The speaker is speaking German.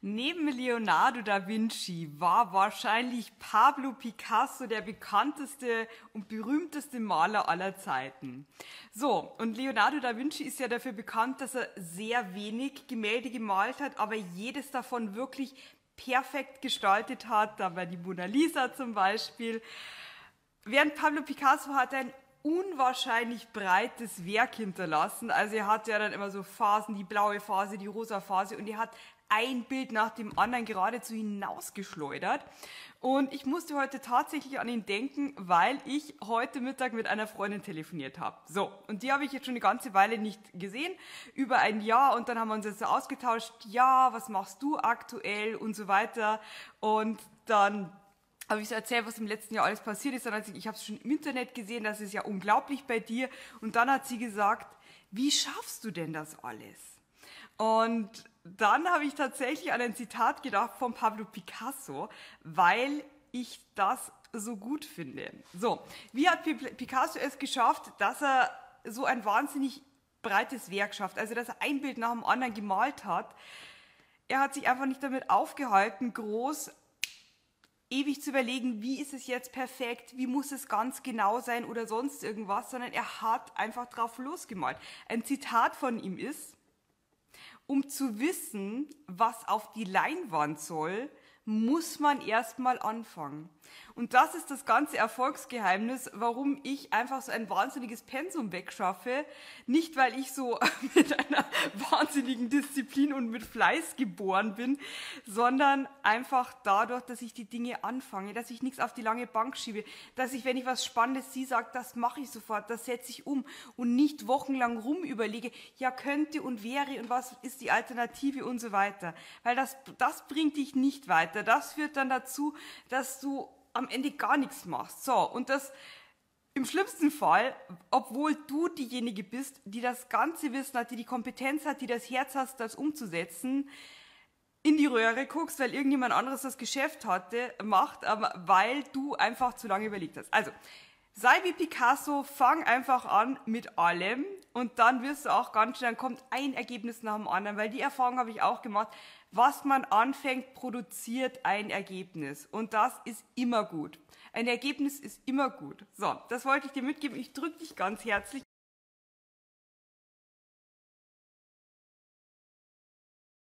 Neben Leonardo da Vinci war wahrscheinlich Pablo Picasso der bekannteste und berühmteste Maler aller Zeiten. So, und Leonardo da Vinci ist ja dafür bekannt, dass er sehr wenig Gemälde gemalt hat, aber jedes davon wirklich perfekt gestaltet hat. Da war die Mona Lisa zum Beispiel. Während Pablo Picasso hat ein unwahrscheinlich breites Werk hinterlassen. Also er hatte ja dann immer so Phasen, die blaue Phase, die rosa Phase, und er hat ein Bild nach dem anderen geradezu hinausgeschleudert. Und ich musste heute tatsächlich an ihn denken, weil ich heute Mittag mit einer Freundin telefoniert habe. So, und die habe ich jetzt schon eine ganze Weile nicht gesehen, über ein Jahr, und dann haben wir uns jetzt so ausgetauscht, ja, was machst du aktuell und so weiter. Und dann habe ich so erzählt, was im letzten Jahr alles passiert ist. Dann hat sie, ich habe es schon im Internet gesehen, das ist ja unglaublich bei dir. Und dann hat sie gesagt, wie schaffst du denn das alles? Und dann habe ich tatsächlich an ein Zitat gedacht von Pablo Picasso, weil ich das so gut finde. So, wie hat Picasso es geschafft, dass er so ein wahnsinnig breites Werk schafft, also dass er ein Bild nach dem anderen gemalt hat? Er hat sich einfach nicht damit aufgehalten, groß ewig zu überlegen, wie ist es jetzt perfekt, wie muss es ganz genau sein oder sonst irgendwas, sondern er hat einfach drauf losgemalt. Ein Zitat von ihm ist: Um zu wissen, was auf die Leinwand soll, muss man erstmal anfangen. Und das ist das ganze Erfolgsgeheimnis, warum ich einfach so ein wahnsinniges Pensum wegschaffe. Nicht, weil ich so mit einer wahnsinnigen Disziplin und mit Fleiß geboren bin, sondern einfach dadurch, dass ich die Dinge anfange, dass ich nichts auf die lange Bank schiebe, dass ich, wenn ich was Spannendes sehe, sage, das mache ich sofort, das setze ich um und nicht wochenlang rumüberlege, ja könnte und wäre und was ist die Alternative und so weiter. Weil das bringt dich nicht weiter. Das führt dann dazu, dass du am Ende gar nichts machst. So, und das im schlimmsten Fall, obwohl du diejenige bist, die das ganze Wissen hat, die die Kompetenz hat, die das Herz hat, das umzusetzen, in die Röhre guckst, weil irgendjemand anderes das Geschäft macht, aber weil du einfach zu lange überlegt hast. Also, sei wie Picasso, fang einfach an mit allem und dann wirst du auch ganz schnell, dann kommt ein Ergebnis nach dem anderen, weil die Erfahrung habe ich auch gemacht. Was man anfängt, produziert ein Ergebnis und das ist immer gut. Ein Ergebnis ist immer gut. So, das wollte ich dir mitgeben. Ich drücke dich ganz herzlich.